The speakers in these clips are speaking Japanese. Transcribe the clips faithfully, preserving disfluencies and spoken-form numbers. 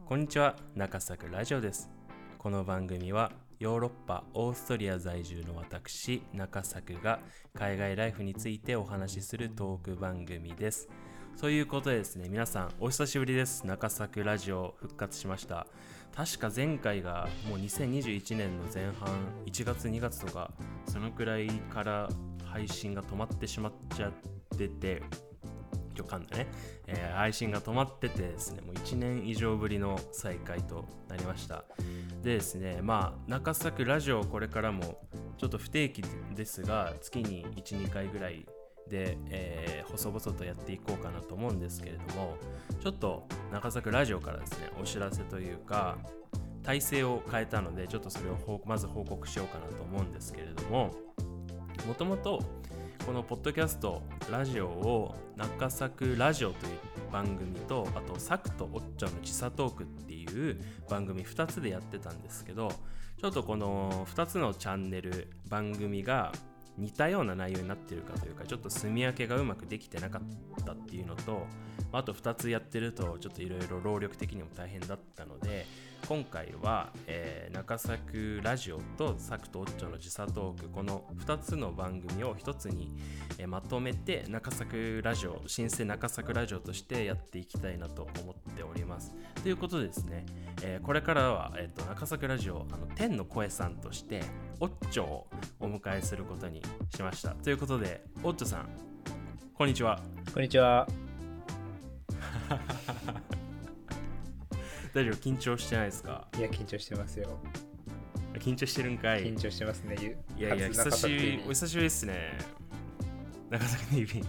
こんにちは、中作ラジオです。この番組はヨーロッパ、オーストリア在住の私、中作が海外ライフについてお話しするトーク番組です。そういうことでですね、皆さんお久しぶりです。中作ラジオ復活しました。確か前回がもうにせんにじゅういちねんの前半、いちがつにがつとかそのくらいから配信が止まってしまっちゃってて、今日かんだね、えー、配信が止まっててですね、もういちねん以上ぶりの再開となりました。でですね、まあ中作ラジオこれからもちょっと不定期ですが月にいち、にかいぐらいで、えー、細々とやっていこうかなと思うんですけれども、ちょっと中作ラジオからですね、お知らせというか体制を変えたので、ちょっとそれをまず報告しようかなと思うんですけれども、もともとこのポッドキャストラジオを中作ラジオという番組と、あとサクとおっちょの時差トークっていう番組ふたつでやってたんですけど、ちょっとこのふたつのチャンネル番組が似たような内容になっているかというか、ちょっと住み分けがうまくできてなかったっていうのと、あとふたつやってるとちょっといろいろ労力的にも大変だったので、今回は、えー、中作ラジオとサクとおっちょの時差トーク、このふたつの番組をひとつに、えー、まとめて中作ラジオ、新生中作ラジオとしてやっていきたいなと思っております。ということでですね、えー、これからは、えー、と中作ラジオ、あの天の声さんとしておっちょをお迎えすることにしました。ということで、おっちょさん、こんにちは。 こんにちは。 大丈夫？緊張してないですか？ いや、緊張してますよ。 緊張してるんかい？ 緊張してますね。 いやいや、久しぶり、お久しぶりですね。中作 ティーブイ、うん、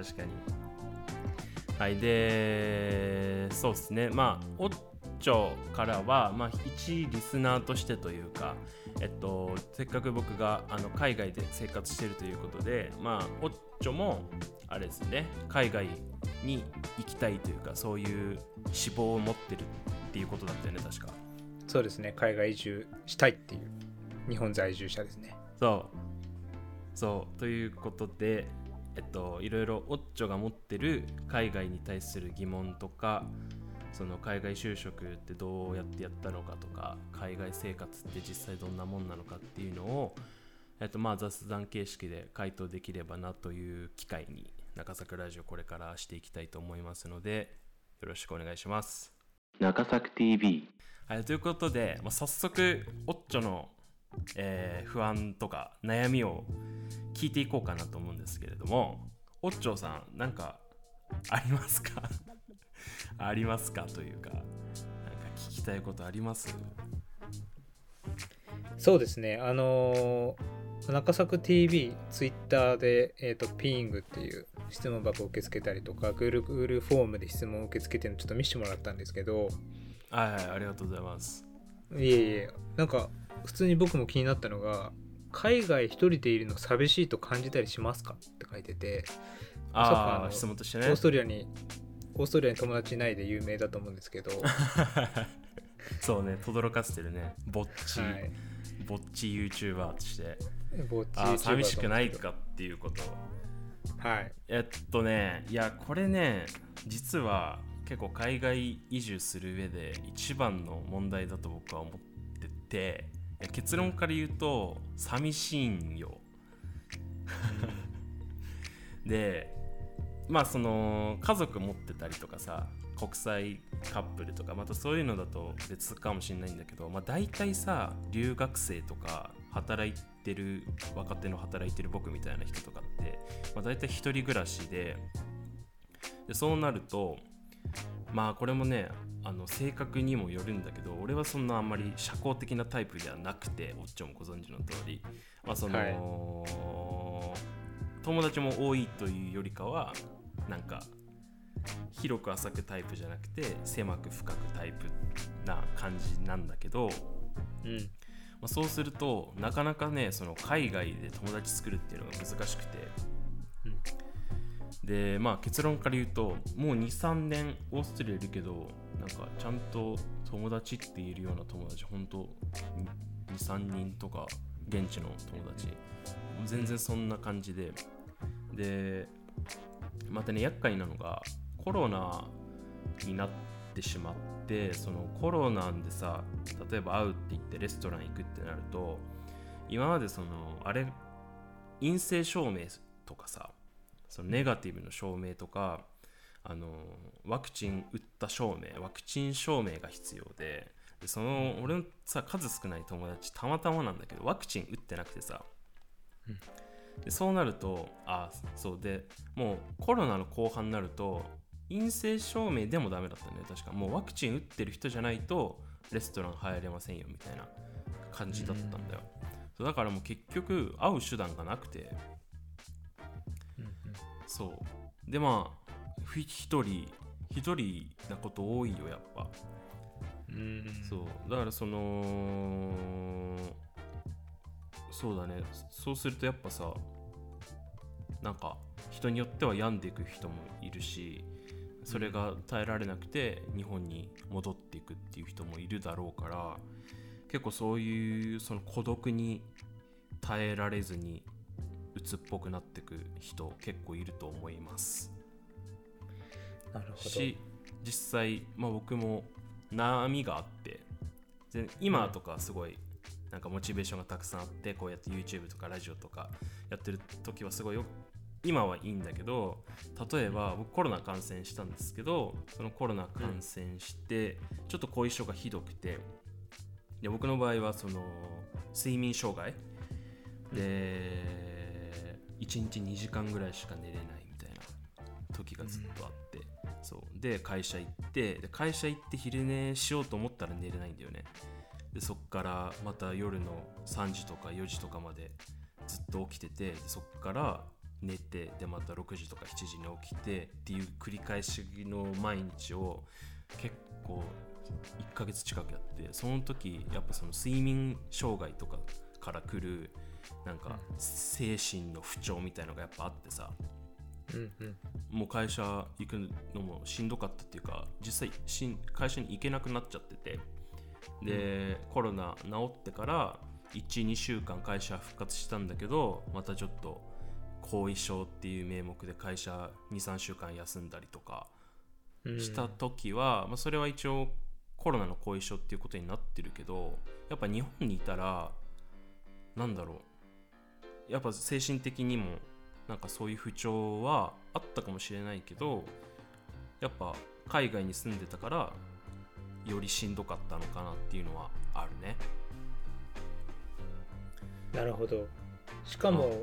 確かに。はい、で、そうですね。まあ、おっちょからは、まあ、一リスナーとしてというか、えっと、せっかく僕があの海外で生活しているということで、まあ、おっちょも、あれですね、海外に行きたいというか、そういう志望を持ってるっていうことだったよね、確か。 そうですね、海外移住したいっていう日本在住者ですね。 そうそうということで、えっといろいろおっちょが持ってる海外に対する疑問とか、その海外就職ってどうやってやったのかとか、海外生活って実際どんなもんなのかっていうのを、えっとまあ雑談形式で回答できればなという機会に中作ラジオこれからしていきたいと思いますので、よろしくお願いします。中作 ティーブイ、はい、ということで、まあ、早速おっちょの、えー、不安とか悩みを聞いていこうかなと思うんですけれども、おっちょさん、なんかありますか？ありますかというか、なんか聞きたいことあります？ そうですね、あのー、中作 ティーブイ、ツイッターで、えーと、ピーイングっていう質問箱を受け付けたりとか、Google フォームで質問を受け付けてるのちょっと見せてもらったんですけど、 はいはい、ありがとうございます。 いえいえ、なんか普通に僕も気になったのが、海外一人でいるの寂しいと感じたりしますかって書いてて、 ああ、質問としてね。 オーストリアにオーストリアに友達いないで有名だと思うんですけどそうね、轟かせてるね、ぼっち、はい、ぼっち YouTuber として、ぼっち YouTuber あ、寂しくないかっていうこと。 はい。 えっとね、いやこれね、実は結構海外移住する上で一番の問題だと僕は思ってて、結論から言うと寂しいんよで、まあその家族持ってたりとかさ、国際カップルとかまたそういうのだと別かもしれないんだけど、まあ大体さ、留学生とか働いてる若手の働いてる僕みたいな人とかって、まあ、大体一人暮らしで、でそうなると、まあこれもね、あの性格にもよるんだけど、俺はそんなあんまり社交的なタイプではなくて、おっちょもご存知の通り、まあその、はい、友達も多いというよりかは、なんか広く浅くタイプじゃなくて狭く深くタイプな感じなんだけど、うん、まあ、そうするとなかなかね、その海外で友達作るっていうのが難しくて、うん、でまあ結論から言うと、もう にさんねんオーストリアいるけど、なんかちゃんと友達って言えるような友達ほんと にさんにんとか、現地の友達全然そんな感じで、でまたね、厄介なのがコロナになってしまっでそのコロナでさ、例えば会うって言ってレストラン行くってなると、今までそのあれ陰性証明とかさ、そのネガティブの証明とか、あのワクチン打った証明、ワクチン証明が必要で、でその俺のさ数少ない友達たまたまなんだけどワクチン打ってなくてさ、うん、でそうなるとあそうでもうコロナの後半になると陰性証明でもダメだったね。確かもうワクチン打ってる人じゃないとレストラン入れませんよみたいな感じだったんだよ、うん、そうだからもう結局会う手段がなくて、うんうん、そうでまあ一人一人なこと多いよやっぱ。うんそうだからそのそうだね、そうするとやっぱさ、なんか人によっては病んでいく人もいるし、それが耐えられなくて日本に戻っていくっていう人もいるだろうから、結構そういうその孤独に耐えられずに鬱っぽくなっていく人結構いると思います。 なるほど。 し実際、まあ、僕も波があって、で今とかすごいなんかモチベーションがたくさんあって、こうやって YouTube とかラジオとかやってる時はすごいよ、今はいいんだけど、例えば僕コロナ感染したんですけど、そのコロナ感染してちょっと後遺症がひどくて、で僕の場合はその睡眠障害でいちにちにじかんぐらいしか寝れないみたいな時がずっとあって、うん、そうで会社行ってで会社行って昼寝しようと思ったら寝れないんだよね。でそっからまた夜のさんじとかよじとかまでずっと起きてて、そっから寝て、でまたろくじとかしちじに起きてっていう繰り返しの毎日を結構いっかげつ近くやって、その時やっぱその睡眠障害とかから来るなんか精神の不調みたいのがやっぱあってさ、うんうん、もう会社行くのもしんどかったっていうか、実際し会社に行けなくなっちゃってて、で、うん、コロナ治ってからいち、にしゅうかん会社復活したんだけど、またちょっと後遺症っていう名目で会社に、さんしゅうかん休んだりとかした時は、うんまあ、それは一応コロナの後遺症っていうことになってるけど、やっぱ日本にいたらなんだろう、やっぱ精神的にもなんかそういう不調はあったかもしれないけど、やっぱ海外に住んでたからよりしんどかったのかなっていうのはあるね。 なるほど。しかも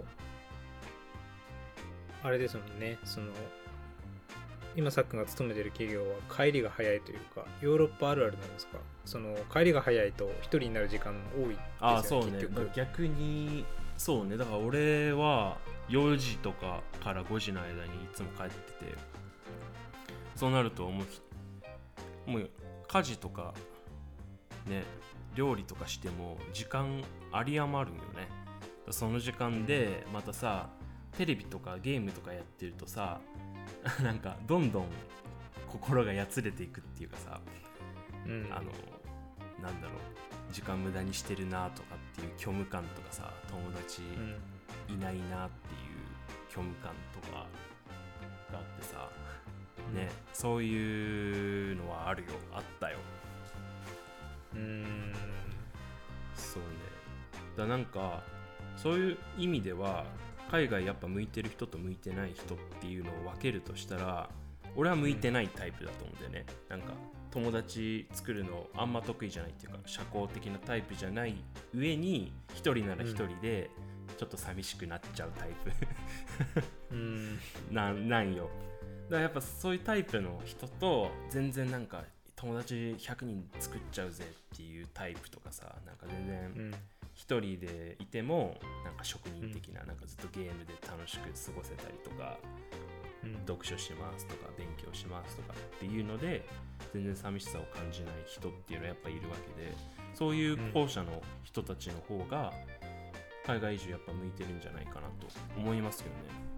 あれですもんね、その今さっくんが勤めてる企業は帰りが早いというか、ヨーロッパあるあるなんですか？その帰りが早いと一人になる時間多いですよね。 ああそうね、逆にそうね、だから俺はよじとかからごじの間にいつも帰ってて、そうなるともうもう家事とかね、料理とかしても時間有り余るんよね。その時間でまたさ、テレビとかゲームとかやってるとさなんかどんどん心がやつれていくっていうかさ、うん、あのなんだろう、時間無駄にしてるなとかっていう虚無感とかさ、友達いないなっていう虚無感とかがあってさ、うん、ね、そういうのはあるよ、あったよ。うーんそうね。だなんかそういう意味では海外やっぱ向いてる人と向いてない人っていうのを分けるとしたら、俺は向いてないタイプだと思うんだよね。なんか友達作るのあんま得意じゃないっていうか、社交的なタイプじゃない上に一人なら一人でちょっと寂しくなっちゃうタイプうんな, なんよ。だからやっぱそういうタイプの人と全然なんか友達ひゃくにん作っちゃうぜっていうタイプとかさ、なんか全然、うん一人でいてもなんか職人的な、うん、なんかずっとゲームで楽しく過ごせたりとか、うん、読書しますとか勉強しますとかっていうので全然寂しさを感じない人っていうのはやっぱいるわけで、そういう後者の人たちの方が海外移住やっぱ向いてるんじゃないかなと思いますよね。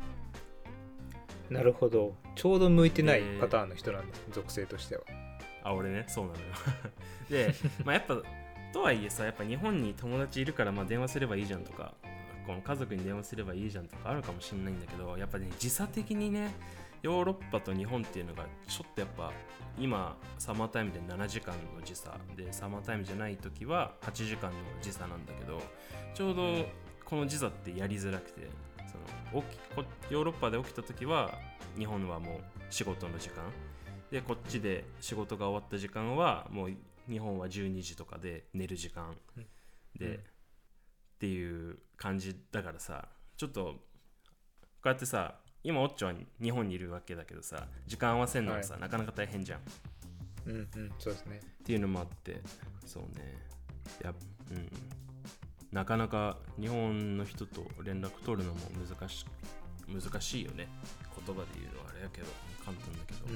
なるほど、ちょうど向いてないパターンの人なんです、えー、属性としては。 あ、俺ね、そうなのよで、まあ、やっぱとはいえさ、やっぱ日本に友達いるからまあ電話すればいいじゃんとか、この家族に電話すればいいじゃんとかあるかもしれないんだけど、やっぱね時差的にねヨーロッパと日本っていうのがちょっとやっぱ今サマータイムでななじかんの時差で、サマータイムじゃない時ははちじかんの時差なんだけど、ちょうどこの時差ってやりづらくて、その起きこヨーロッパで起きた時は日本はもう仕事の時間で、こっちで仕事が終わった時間はもう日本はじゅうにじとかで寝る時間で、うん、っていう感じだからさ、ちょっとこうやってさ、今オッチョは日本にいるわけだけどさ、時間合わせるのはさ、はい、なかなか大変じゃん。 うんうん、そうですね。 っていうのもあって、そうね、や、うん、なかなか日本の人と連絡取るのも難し難しいよね。言葉で言うのはあれやけど簡単だけど、うん、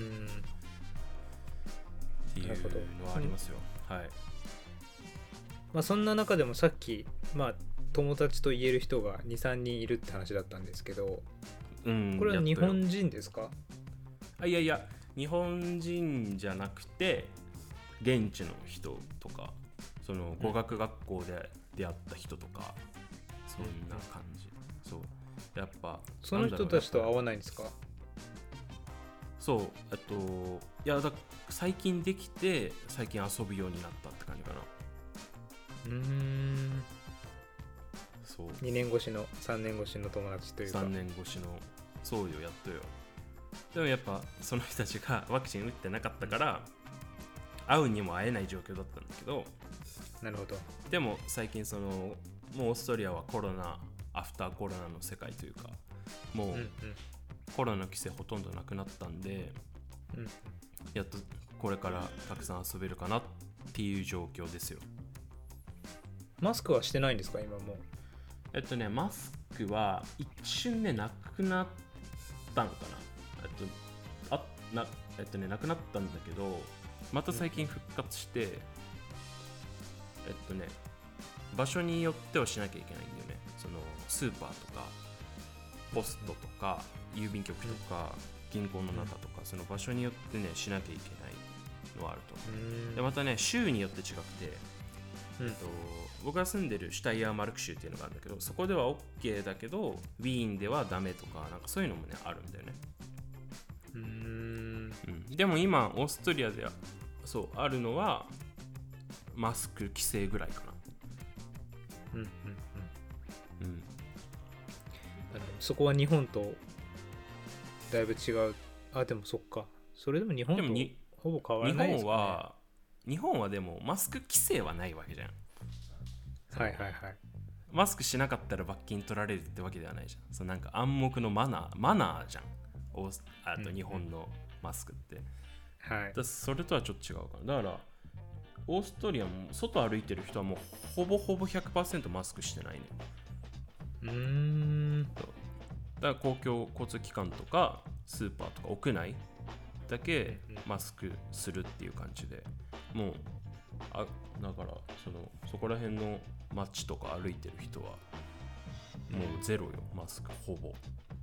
っていうのはありますよ。うん、はい。 まあそんな中でもさっきまあ友達と言える人が にさんにんいるって話だったんですけど、うん、これは日本人ですか？ あ、いやいや、日本人じゃなくて現地の人とか、その語学学校で出会った人とか、そんな感じ。そう、やっぱその人たちと会わないんですか？ そう、えっといやだ最近できて最近遊ぶようになったって感じかな。 うーん、 そう、 にねん越しのさんねん越しの友達というか。 さんねん越しの、そうよ、やっとよ。でもやっぱその人たちがワクチン打ってなかったから会うにも会えない状況だったんだけど。 なるほど。 でも最近そのもうオーストリアはコロナアフターコロナの世界というか、もうコロナの規制ほとんどなくなったんで、うん、やっとこれからたくさん遊べるかなっていう状況ですよ。 マスクはしてないんですか今もう？ えっとねマスクは一瞬ねなくなったのかな。えっとあなえっとねなくなったんだけど、また最近復活して、うん、えっとね場所によってはしなきゃいけないんだよね。そのスーパーとかポストとか郵便局とか銀行の中とか、その場所によってねしなきゃいけないのはあると。でまたね州によって違くて、うん、えっと、僕が住んでるシュタイヤーマルク州っていうのがあるんだけど、そこでは OK だけどウィーンではダメとか、なんかそういうのもねあるんだよね。うーん、うん、でも今オーストリアではそうあるのはマスク規制ぐらいかな。うんうんうんうん、そこは日本とだいぶ違う。あ、でもそっか、それでも日本とほぼ変わらないですかね。 日本は日本はでもマスク規制はないわけじゃん。 はいはいはい。 マスクしなかったら罰金取られるってわけではないじゃん。そう、なんか暗黙のマナーマナーじゃん。あと日本のマスクって、うんうん、はい。だそれとはちょっと違うから。だからオーストリアも外歩いてる人はもうほぼほぼ ひゃくパーセント マスクしてないね。うーん。だから公共交通機関とかスーパーとか屋内だけマスクするっていう感じで、もうあだからそのそこら辺の街とか歩いてる人はもうゼロよ、マスクほぼ。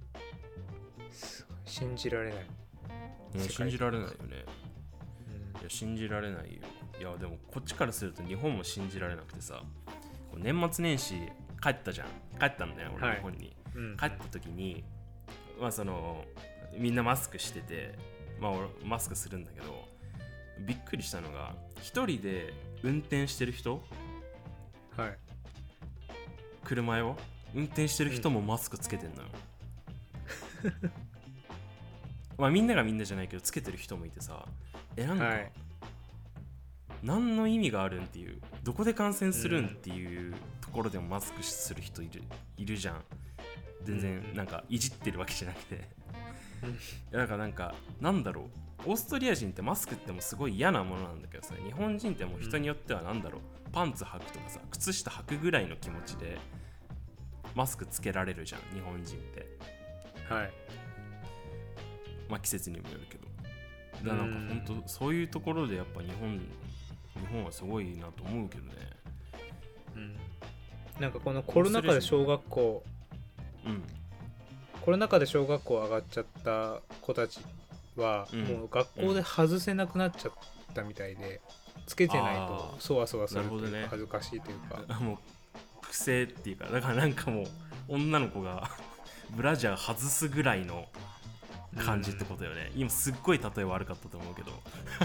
信じられない、 ね、信じられないよね、うん、いや信じられないよ。いやでもこっちからすると日本も信じられなくてさ、年末年始帰ったじゃん帰ったんだよ俺、はい、日本に、うん、帰った時にまあそのみんなマスクしてて、まあ俺マスクするんだけど、びっくりしたのが一人で運転してる人、はい、車よ運転してる人もマスクつけてんのよ、うん、まあみんながみんなじゃないけどつけてる人もいてさ、えなんか、はい、何の意味があるんっていう、どこで感染するんっていうところでもマスクする人いる、いるじゃん。全然なんかいじってるわけじゃなくてだからなんかなんだろう、オーストリア人ってマスクってもすごい嫌なものなんだけどさ、日本人ってもう人によってはなんだろう、パンツ履くとかさ靴下履くぐらいの気持ちでマスクつけられるじゃん日本人って。はい。まあ季節にもよるけど、だからなんか本当そういうところでやっぱ日本日本はすごいなと思うけどね。 うん。なんかこのコロナ禍で小学校、うん、コロナ禍で小学校上がっちゃった子たちは、うん、もう学校で外せなくなっちゃったみたいで、うん、つけてないとそわそわするというか、ね、恥ずかしいというか、 もう癖っていうか、だからなんかもう女の子がブラジャー外すぐらいの感じってことよね、うん、今すっごい例え悪かったと思うけど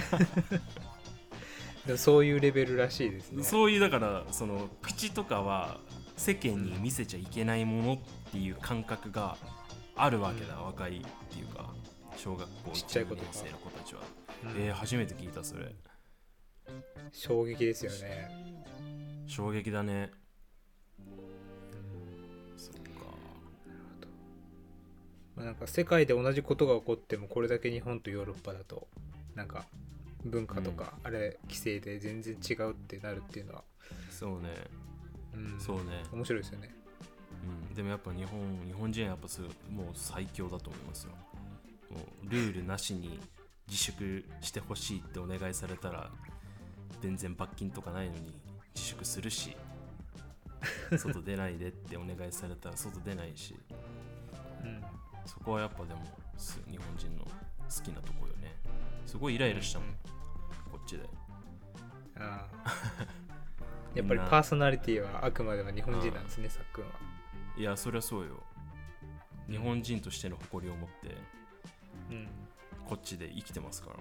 でもそういうレベルらしいですね。 そういうだからその口とかは世間に見せちゃいけないものっていう感覚があるわけだ、うん、若いっていうか小学校いちねん生の子たちは、うん、えー、初めて聞いたそれ。 衝撃ですよね。 衝撃だね。そっか。 まあ、なんか世界で同じことが起こってもこれだけ日本とヨーロッパだとなんか文化とか、うん、あれ規制で全然違うってなるっていうのはそうね、 うん、 そうね、 面白いですよね。 うん、でもやっぱ日本日本人はやっぱすもう最強だと思いますよ。もうルールなしに自粛してほしいってお願いされたら全然罰金とかないのに自粛するし外出ないでってお願いされたら外出ないし、うん、そこはやっぱでも日本人の好きなとこよね。すごいイライラしたもん、うん、こっちで。 あやっぱりパーソナリティはあくまでも日本人なんですね、さっくんは。 いやそりゃそうよ。日本人としての誇りを持って、うん、こっちで生きてますから。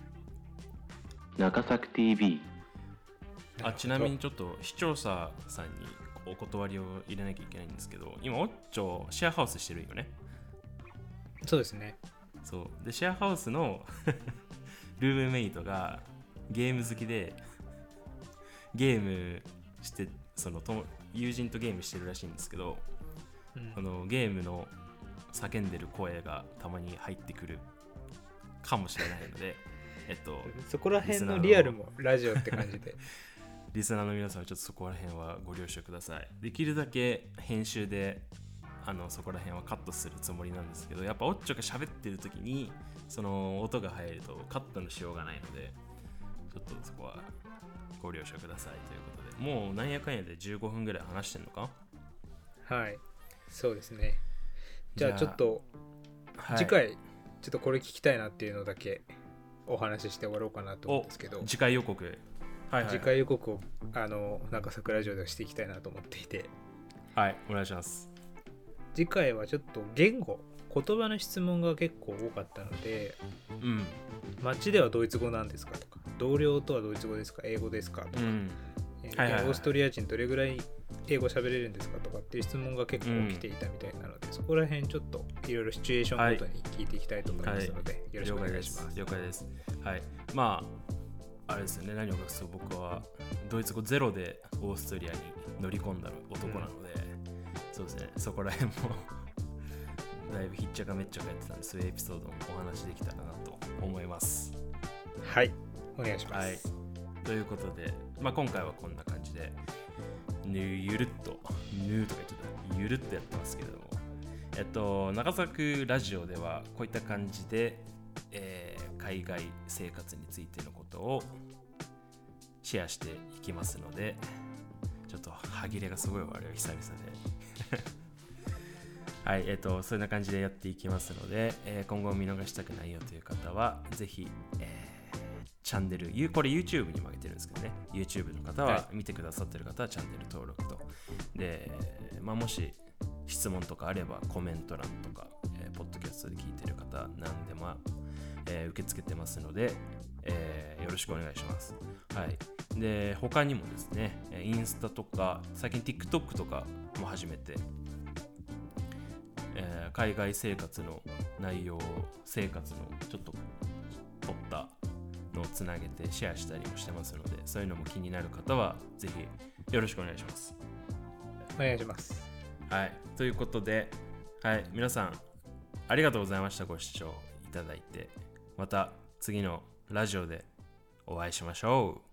中作 ティーブイ。 あ、ちなみにちょっと視聴者さんにお断りを入れなきゃいけないんですけど、今オッチョシェアハウスしてるよね。 そうですね。 そうでシェアハウスのルームメイトがゲーム好きでゲームしてそのと友人とゲームしてるらしいんですけど、うん、このゲームの叫んでる声がたまに入ってくるかもしれないのでえっとそこら辺のリアルもラジオって感じでリスナーの皆さんはちょっとそこら辺はご了承ください。できるだけ編集であのそこら辺はカットするつもりなんですけど、やっぱオッチョが喋ってる時にその音が入るとカットのしようがないのでちょっとそこはご了承くださいということで、もうなんやかんやでじゅうごふんぐらい話してんのか。 はいそうですね。じゃあちょっと次回、はい、ちょっとこれ聞きたいなっていうのだけお話しして終わろうかなと思うんですけど、 次回予告、はいはいはい、 次回予告をあの中作ラジオではしていきたいなと思っていて、 はいお願いします。 次回はちょっと言語言葉の質問が結構多かったので、うん、街ではドイツ語なんですかとか、同僚とはドイツ語ですか英語ですかとか、うんはいはいはい、オーストリア人どれぐらい英語喋れるんですかとかっていう質問が結構来ていたみたいなので、うん、そこら辺ちょっといろいろシチュエーションごとに聞いていきたいと思いますので、はい、よろしくお願いします。 了解です。はい。まああれですよね、何を隠そう僕はドイツ語ゼロでオーストリアに乗り込んだ男なので、うん、そうですね、そこら辺もだいぶひっちゃかめっちゃかやってたんで、そういうエピソードもお話できたらなと思います。 はいお願いします。 はい、ということで、まあ、今回はこんな感じでゆるっとぬーとか言ってたゆるっとやってますけれども、えっと長作ラジオではこういった感じで、えー、海外生活についてのことをシェアしていきますので、ちょっと歯切れがすごい悪い久々ではい、えっとそんな感じでやっていきますので、えー、今後見逃したくないよという方はぜひ、えー、チャンネル、これ YouTube にも上げてるんですけどね、 YouTube の方は見てくださってる方はチャンネル登録とで、まあ、もし質問とかあればコメント欄とか、えー、ポッドキャストで聞いてる方何でも、えー、受け付けてますので、えー、よろしくお願いします。はい。で他にもですね、インスタとか最近 TikTok とかも始めて、えー、海外生活の内容、生活のちょっと撮ったのをつなげてシェアしたりもしてますので、そういうのも気になる方はぜひよろしくお願いします。 お願いします。 はい、ということで、はい、皆さんありがとうございました。ご視聴いただいて、また次のラジオでお会いしましょう。